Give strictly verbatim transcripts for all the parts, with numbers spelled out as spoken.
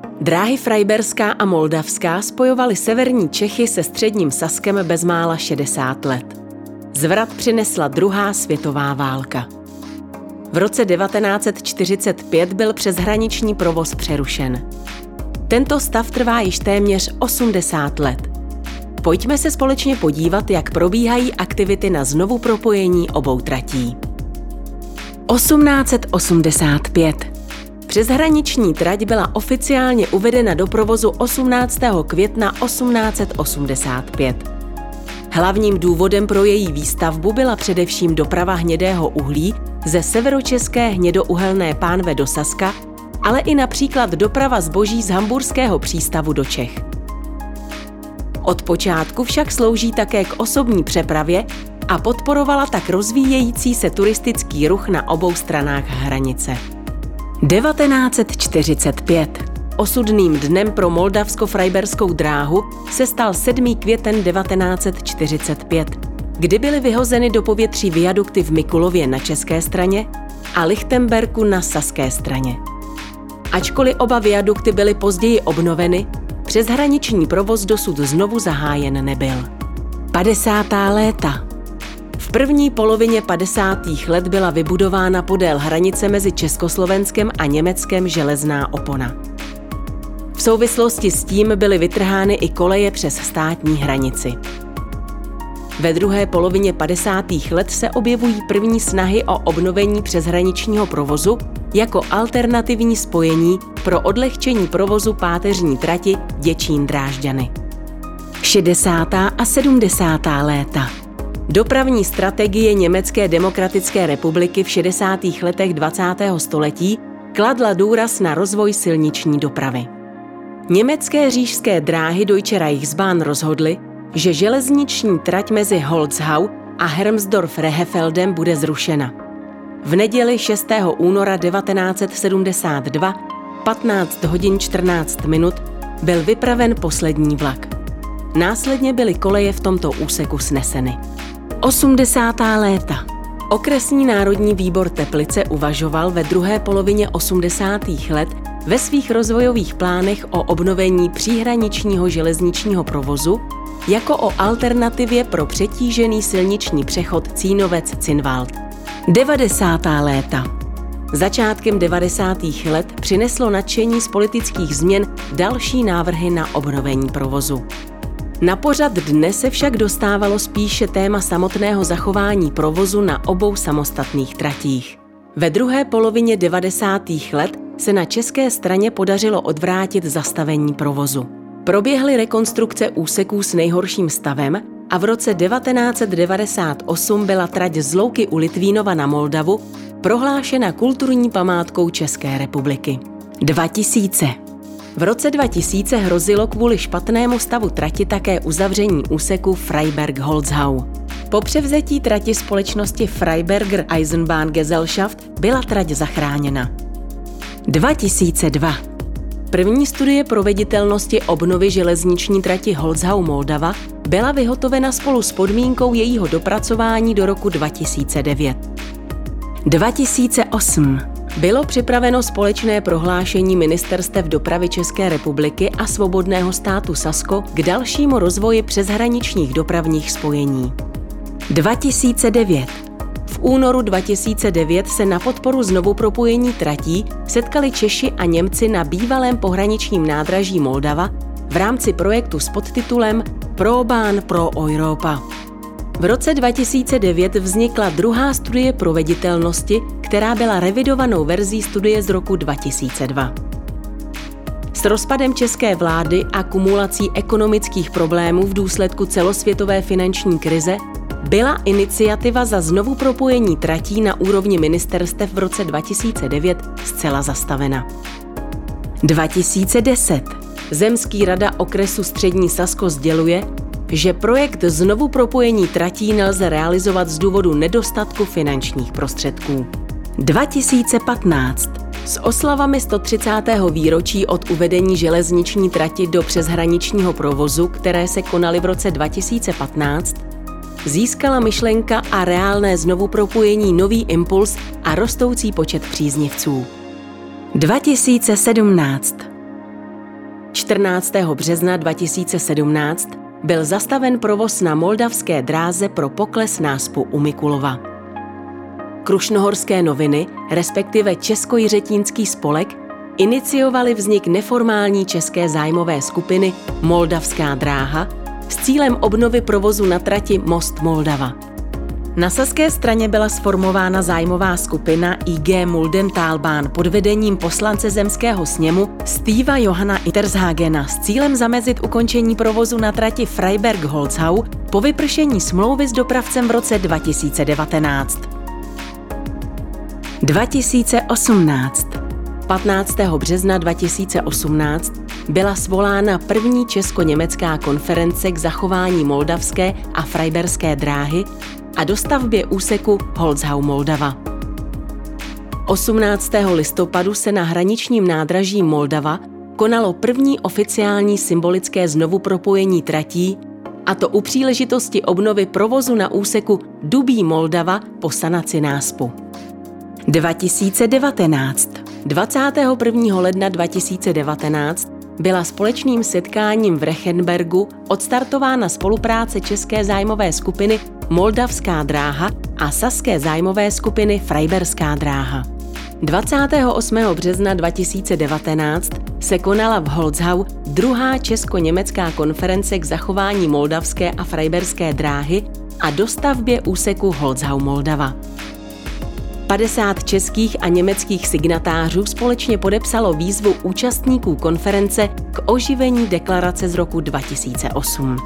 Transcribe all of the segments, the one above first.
Dráhy Freiberská a Moldavská spojovaly severní Čechy se středním Saskem bezmála šedesát let. Zvrat přinesla druhá světová válka. V roce devatenáct set čtyřicet pět byl přeshraniční provoz přerušen. Tento stav trvá již téměř osmdesát let. Pojďme se společně podívat, jak probíhají aktivity na znovu propojení obou tratí. osmnáct set osmdesát pět. Přeshraniční trať byla oficiálně uvedena do provozu osmnáctého května osmnáct set osmdesát pět. Hlavním důvodem pro její výstavbu byla především doprava hnědého uhlí ze severočeské hnědouhelné pánve do Saska, ale i například doprava zboží z hamburského přístavu do Čech. Od počátku však slouží také k osobní přepravě a podporovala tak rozvíjející se turistický ruch na obou stranách hranice. devatenáct set čtyřicet pět. Osudným dnem pro moldavsko-freiberskou dráhu se stal sedmý květen devatenáct set čtyřicet pět, kdy byly vyhozeny do povětří viadukty v Mikulově na české straně a Lichtenbergu na saské straně. Ačkoliv oba viadukty byly později obnoveny, přeshraniční provoz dosud znovu zahájen nebyl. padesátá léta. V první polovině padesátých let byla vybudována podél hranice mezi Československem a Německem železná opona. V souvislosti s tím byly vytrhány i koleje přes státní hranici. Ve druhé polovině padesátých let se objevují první snahy o obnovení přeshraničního provozu jako alternativní spojení pro odlehčení provozu páteřní trati Děčín-Drážďany. šedesátá a sedmdesátá léta. Dopravní strategie Německé demokratické republiky v šedesátých letech dvacátého století kladla důraz na rozvoj silniční dopravy. Německé říšské dráhy Deutsche Reichsbahn rozhodly, že železniční trať mezi Holzhau a Hermsdorf-Rehefeldem bude zrušena. V neděli šestého února devatenáct set sedmdesát dva, patnáct hodin čtrnáct minut, byl vypraven poslední vlak. Následně byly koleje v tomto úseku sneseny. osmdesátá léta. Okresní národní výbor Teplice uvažoval ve druhé polovině osmdesátých let ve svých rozvojových plánech o obnovení příhraničního železničního provozu jako o alternativě pro přetížený silniční přechod Cínovec-Cinwald. devadesátá léta. Začátkem devadesátých let přineslo nadšení z politických změn další návrhy na obnovení provozu. Na pořad dne se však dostávalo spíše téma samotného zachování provozu na obou samostatných tratích. Ve druhé polovině devadesátých let se na české straně podařilo odvrátit zastavení provozu. Proběhly rekonstrukce úseků s nejhorším stavem a v roce devatenáct set devadesát osm byla trať z Louky u Litvínova na Moldavu prohlášena kulturní památkou České republiky. dva tisíce. V roce dva tisíce hrozilo kvůli špatnému stavu trati také uzavření úseku Freiberg-Holzhau. Po převzetí trati společnosti Freiberger Eisenbahngesellschaft byla trať zachráněna. dva tisíce dva. První studie proveditelnosti obnovy železniční trati Holzhau-Moldava byla vyhotovena spolu s podmínkou jejího dopracování do roku dva tisíce devět. dva tisíce osm. Bylo připraveno společné prohlášení ministerstev dopravy České republiky a Svobodného státu Sasko k dalšímu rozvoji přeshraničních dopravních spojení. dva tisíce devět. V únoru dva tisíce devět se na podporu znovu propojení tratí setkali Češi a Němci na bývalém pohraničním nádraží Moldava v rámci projektu s podtitulem Pro-Bahn pro Europa. V roce dva tisíce devět vznikla druhá studie proveditelnosti, která byla revidovanou verzí studie z roku dva tisíce dva. S rozpadem české vlády a kumulací ekonomických problémů v důsledku celosvětové finanční krize byla iniciativa za znovu propojení tratí na úrovni ministerstev v roce dva tisíce devět zcela zastavena. dva tisíce deset. Zemský rada okresu Střední Sasko sděluje, že projekt znovu propojení tratí nelze realizovat z důvodu nedostatku finančních prostředků. dva tisíce patnáct. S oslavami sto třicátého výročí od uvedení železniční trati do přeshraničního provozu, které se konaly v roce dva tisíce patnáct, získala myšlenka a reálné znovu propojení nový impuls a rostoucí počet příznivců. dva tisíce sedmnáct. čtrnáctého března dva tisíce sedmnáct byl zastaven provoz na moldavské dráze pro pokles náspu u Mikulova. Krušnohorské noviny, respektive Česko-jiřetínský spolek, iniciovali vznik neformální české zájmové skupiny Moldavská dráha s cílem obnovy provozu na trati Most Moldava. Na saské straně byla sformována zájmová skupina I G Muldentalbahn pod vedením poslance zemského sněmu Steva Johana Intershagena s cílem zamezit ukončení provozu na trati Freiberg-Holzhau po vypršení smlouvy s dopravcem v roce dva tisíce devatenáct. dva tisíce osmnáct. patnáctého března dva tisíce osmnáct byla svolána první česko-německá konference k zachování moldavské a freiberské dráhy a dostavbě úseku Holzhau-Moldava. osmnáctého listopadu se na hraničním nádraží Moldava konalo první oficiální symbolické znovupropojení tratí, a to u příležitosti obnovy provozu na úseku Dubí-Moldava po sanaci náspu. dva tisíce devatenáct. dvacátého prvního ledna dva tisíce devatenáct byla společným setkáním v Rechenbergu odstartována spolupráce české zájmové skupiny Moldavská dráha a saské zájmové skupiny Freiberská dráha. dvacátého osmého března dva tisíce devatenáct se konala v Holzhau druhá česko-německá konference k zachování moldavské a freiberské dráhy a dostavbě úseku Holzhau-Moldava. padesát českých a německých signatářů společně podepsalo výzvu účastníků konference k oživení deklarace z roku dva tisíce osm.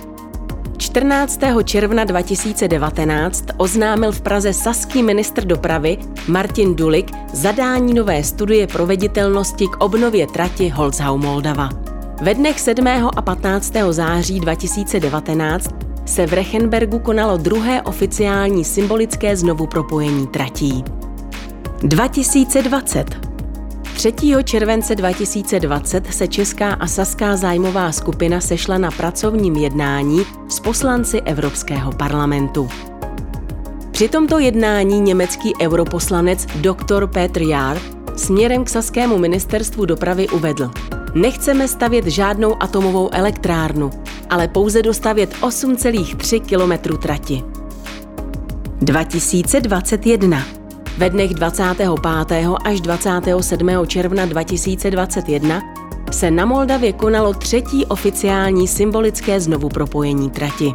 čtrnáctého června dva tisíce devatenáct oznámil v Praze saský ministr dopravy Martin Dulik zadání nové studie proveditelnosti k obnově trati Holzhau-Moldava. Ve dnech sedmého a patnáctého září dva tisíce devatenáct se v Rechenbergu konalo druhé oficiální symbolické znovupropojení tratí. dva tisíce dvacet. třetího července dva tisíce dvacet se česká a saská zájmová skupina sešla na pracovním jednání s poslanci Evropského parlamentu. Při tomto jednání německý europoslanec doktor Petr Jahr směrem k saskému ministerstvu dopravy uvedl: Nechceme stavět žádnou atomovou elektrárnu, ale pouze dostavět osm celá tři kilometru trati. dva tisíce dvacet jedna. Ve dnech dvacátého pátého až dvacátého sedmého června dva tisíce dvacet jedna se na Moldavě konalo třetí oficiální symbolické znovupropojení trati.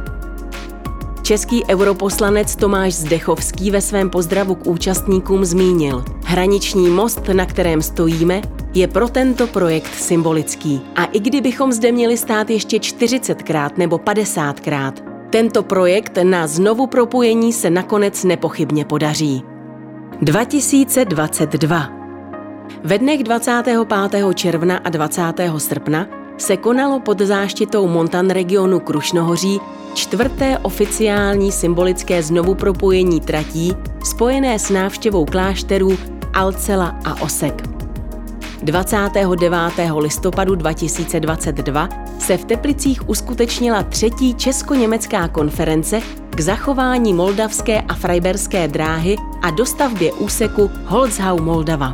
Český europoslanec Tomáš Zdechovský ve svém pozdravu k účastníkům zmínil: Hraniční most, na kterém stojíme, je pro tento projekt symbolický. A i kdybychom zde měli stát ještě čtyřicetkrát nebo padesátkrát, tento projekt na znovupropojení se nakonec nepochybně podaří. dva tisíce dvacet dva. Ve dnech dvacátého pátého června a dvacátého srpna se konalo pod záštitou Montan regionu Krušnohoří čtvrté oficiální symbolické znovupropojení tratí spojené s návštěvou klášterů Alcela a Osek. dvacátého devátého listopadu dva tisíce dvacet dva se v Teplicích uskutečnila třetí česko-německá konference k zachování moldavské a freiberské dráhy a dostavbě úseku Holzhau-Moldava.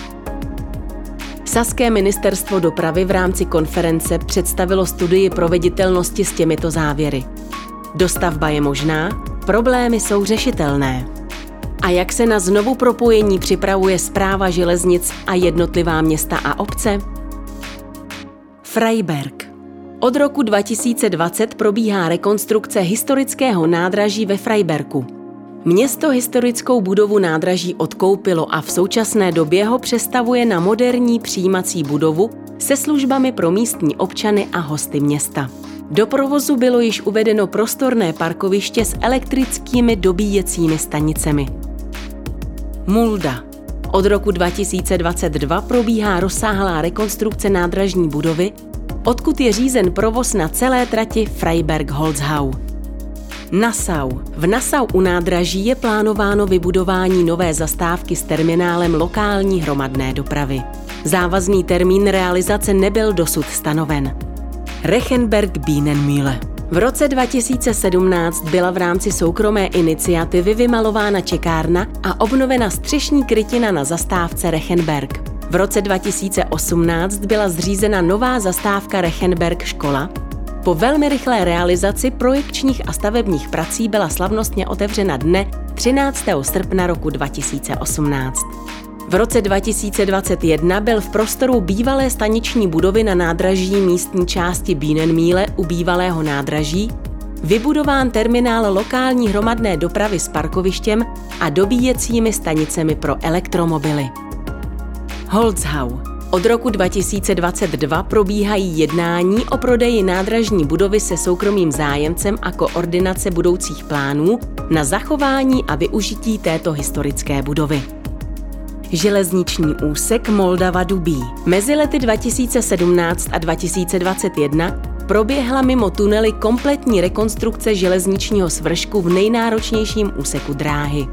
Saské ministerstvo dopravy v rámci konference představilo studii proveditelnosti s těmito závěry. Dostavba je možná, problémy jsou řešitelné. A jak se na znovu propojení připravuje Správa železnic a jednotlivá města a obce? Freiberg. Od roku dva tisíce dvacet probíhá rekonstrukce historického nádraží ve Freibergu. Město historickou budovu nádraží odkoupilo a v současné době ho přestavuje na moderní přijímací budovu se službami pro místní občany a hosty města. Do provozu bylo již uvedeno prostorné parkoviště s elektrickými dobíjecími stanicemi. Mulda. Od roku dva tisíce dvacet dva probíhá rozsáhlá rekonstrukce nádražní budovy, odkud je řízen provoz na celé trati Freiberg-Holzhau. Nassau. V Nassau u nádraží je plánováno vybudování nové zastávky s terminálem lokální hromadné dopravy. Závazný termín realizace nebyl dosud stanoven. Rechenberg-Bienenmühle. V roce dva tisíce sedmnáct byla v rámci soukromé iniciativy vymalována čekárna a obnovena střešní krytina na zastávce Rechenberg. V roce dva tisíce osmnáct byla zřízena nová zastávka Rechenberg škola. Po velmi rychlé realizaci projekčních a stavebních prací byla slavnostně otevřena dne třináctého srpna roku dva tisíce osmnáct. V roce dva tisíce dvacet jedna byl v prostoru bývalé staniční budovy na nádraží místní části Bienenmühle u bývalého nádraží vybudován terminál lokální hromadné dopravy s parkovištěm a dobíjecími stanicemi pro elektromobily. Holzhau. Od roku dva tisíce dvacet dva probíhají jednání o prodeji nádražní budovy se soukromým zájemcem a koordinace budoucích plánů na zachování a využití této historické budovy. Železniční úsek Moldava-Dubí. Mezi lety dva tisíce sedmnáct a dva tisíce dvacet jedna proběhla mimo tunely kompletní rekonstrukce železničního svršku v nejnáročnějším úseku dráhy.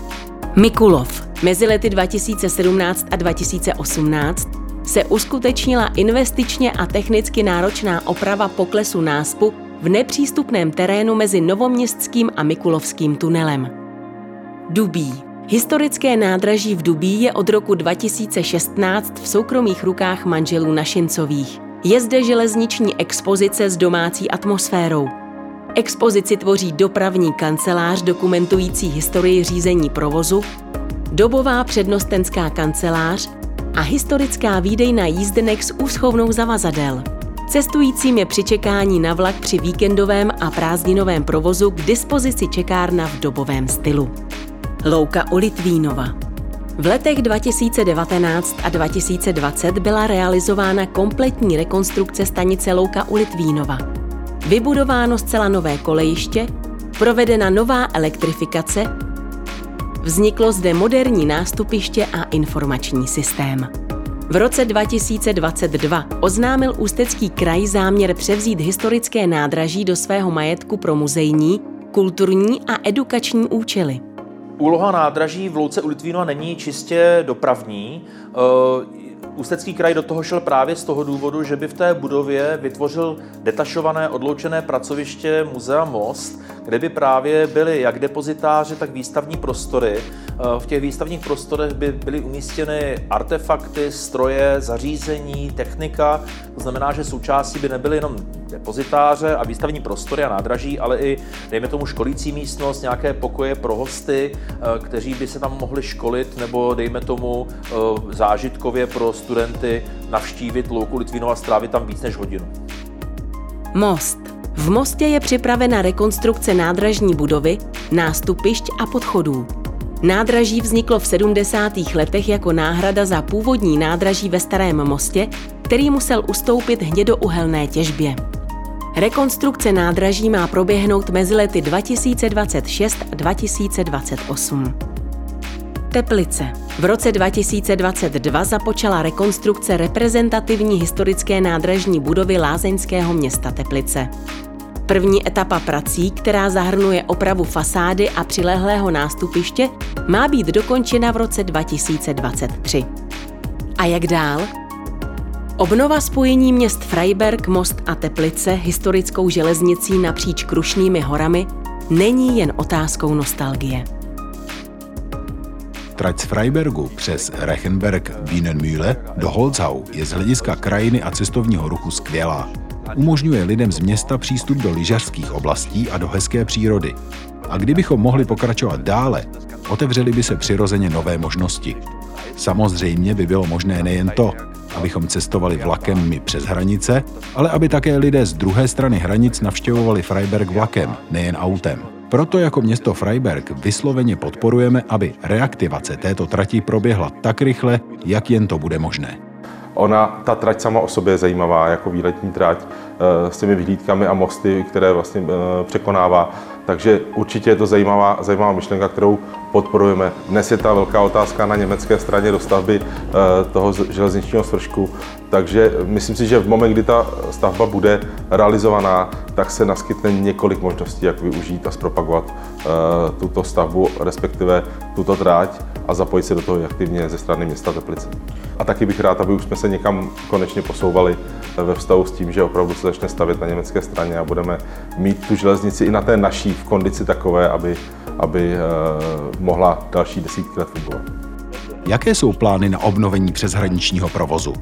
Mikulov. Mezi lety dva tisíce sedmnáct a dva tisíce osmnáct se uskutečnila investičně a technicky náročná oprava poklesu náspu v nepřístupném terénu mezi Novoměstským a Mikulovským tunelem. Dubí. Historické nádraží v Dubí je od roku dva tisíce šestnáct v soukromých rukách manželů Našincových. Je zde železniční expozice s domácí atmosférou. Expozici tvoří dopravní kancelář dokumentující historii řízení provozu, dobová přednostenská kancelář a historická výdejna jízdenek s úschovnou zavazadel. Cestujícím je při čekání na vlak při víkendovém a prázdninovém provozu k dispozici čekárna v dobovém stylu. Louka u Litvínova. V letech dva tisíce devatenáct a dva tisíce dvacet byla realizována kompletní rekonstrukce stanice Louka u Litvínova. Vybudováno zcela nové kolejiště, provedena nová elektrifikace, vzniklo zde moderní nástupiště a informační systém. V roce dva tisíce dvacet dva oznámil Ústecký kraj záměr převzít historické nádraží do svého majetku pro muzejní, kulturní a edukační účely. Úloha nádraží v Louce u Litvínova není čistě dopravní. Ústecký kraj do toho šel právě z toho důvodu, že by v té budově vytvořil detašované odloučené pracoviště Muzea Most, kde by právě byly jak depozitáře, tak výstavní prostory. V těch výstavních prostorech by byly umístěny artefakty, stroje, zařízení, technika. To znamená, že součástí by nebyly jenom depozitáře a výstavní prostory a nádraží, ale i, dejme tomu, školící místnost, nějaké pokoje pro hosty, kteří by se tam mohli školit, nebo dejme tomu zážitkově pro studenty navštívit Louku Litvínova, strávit tam víc než hodinu. Most. V Mostě je připravena rekonstrukce nádražní budovy, nástupišť a podchodů. Nádraží vzniklo v sedmdesátých letech jako náhrada za původní nádraží ve Starém Mostě, který musel ustoupit hnědouhelné těžbě. Rekonstrukce nádraží má proběhnout mezi lety dva tisíce dvacet šest a dva tisíce dvacet osm. Teplice. V roce dva tisíce dvacet dva započala rekonstrukce reprezentativní historické nádražní budovy lázeňského města Teplice. První etapa prací, která zahrnuje opravu fasády a přilehlého nástupiště, má být dokončena v roce dva tisíce dvacet tři. A jak dál? Obnova spojení měst Freiberg, Most a Teplice historickou železnicí napříč Krušnými horami není jen otázkou nostalgie. Trať z Freibergu přes Rechenberg Bienenmühle do Holzhau je z hlediska krajiny a cestovního ruchu skvělá. Umožňuje lidem z města přístup do lyžařských oblastí a do hezké přírody. A kdybychom mohli pokračovat dále, otevřely by se přirozeně nové možnosti. Samozřejmě by bylo možné nejen to, abychom cestovali vlakem my přes hranice, ale aby také lidé z druhé strany hranic navštěvovali Freiberg vlakem, nejen autem. Proto jako město Freiberg vysloveně podporujeme, aby reaktivace této trati proběhla tak rychle, jak jen to bude možné. Ona, ta trať sama o sobě je zajímavá, jako výletní trať s těmi vyhlídkami a mosty, které vlastně překonává. Takže určitě je to zajímavá, zajímavá myšlenka, kterou podporujeme. Dnes je ta velká otázka na německé straně dostavby toho železničního svršku. Takže myslím si, že v moment, kdy ta stavba bude realizovaná, tak se naskytne několik možností, jak využít a zpropagovat tuto stavbu, respektive tuto trať a zapojit se do toho aktivně ze strany města Teplice. A taky bych rád, aby už jsme se někam konečně posouvali ve vztahu s tím, že opravdu se začne stavět na německé straně a budeme mít tu železnici i na té naší v kondici takové, aby, aby mohla další desítky let fungovat. Jaké jsou plány na obnovení přeshraničního provozu?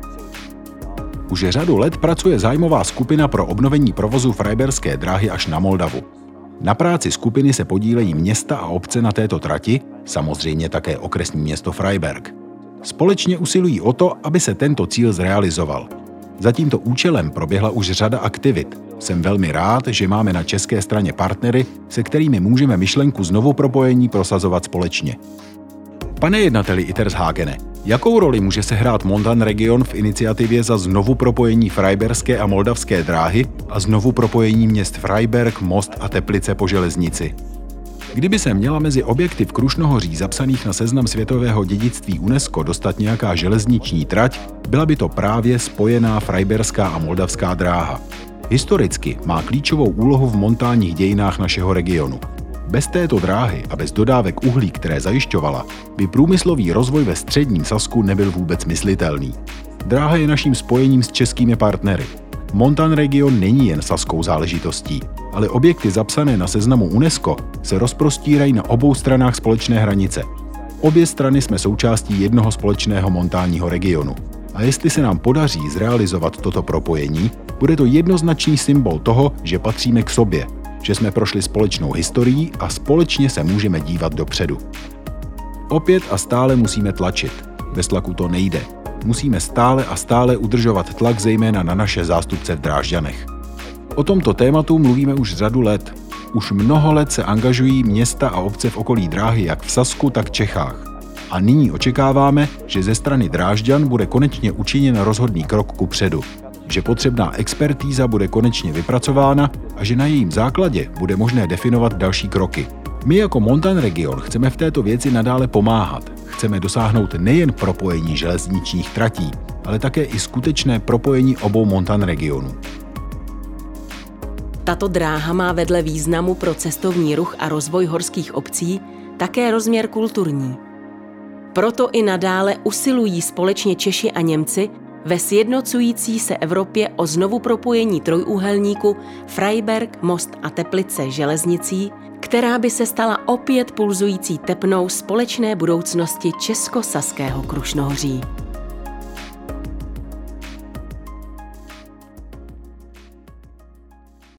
Už řadu let pracuje zájmová skupina pro obnovení provozu Freiberské dráhy až na Moldavu. Na práci skupiny se podílejí města a obce na této trati, samozřejmě také okresní město Freiberg. Společně usilují o to, aby se tento cíl zrealizoval. Za tímto účelem proběhla už řada aktivit. Jsem velmi rád, že máme na české straně partnery, se kterými můžeme myšlenku znovu propojení prosazovat společně. Pane jednateli Itershagene, jakou roli může sehrát Montan region v iniciativě za znovu propojení Freiberské a moldavské dráhy a znovu propojení měst Freiberg, Most a Teplice po železnici? Kdyby se měla mezi objekty v Krušnohoří zapsaných na seznam světového dědictví UNESCO dostat nějaká železniční trať, byla by to právě spojená Freiberská a moldavská dráha. Historicky má klíčovou úlohu v montánních dějinách našeho regionu. Bez této dráhy a bez dodávek uhlí, které zajišťovala, by průmyslový rozvoj ve středním Sasku nebyl vůbec myslitelný. Dráha je naším spojením s českými partnery. Montan region není jen saskou záležitostí, ale objekty zapsané na seznamu UNESCO se rozprostírají na obou stranách společné hranice. Obě strany jsme součástí jednoho společného montánního regionu. A jestli se nám podaří zrealizovat toto propojení, bude to jednoznačný symbol toho, že patříme k sobě, že jsme prošli společnou historií a společně se můžeme dívat dopředu. Opět a stále musíme tlačit. Bez tlaku to nejde. Musíme stále a stále udržovat tlak zejména na naše zástupce v Drážďanech. O tomto tématu mluvíme už řadu let. Už mnoho let se angažují města a obce v okolí dráhy jak v Sasku, tak v Čechách. A nyní očekáváme, že ze strany Drážďan bude konečně učiněn rozhodný krok kupředu, že potřebná expertíza bude konečně vypracována a že na jejím základě bude možné definovat další kroky. My jako Montan region chceme v této věci nadále pomáhat. Chceme dosáhnout nejen propojení železničních tratí, ale také i skutečné propojení obou Montan regionů. Tato dráha má vedle významu pro cestovní ruch a rozvoj horských obcí také rozměr kulturní. Proto i nadále usilují společně Češi a Němci ve sjednocující se Evropě o znovu propojení trojúhelníku Freiberg, Most a Teplice železnicí, která by se stala opět pulzující tepnou společné budoucnosti česko-saského Krušnohoří.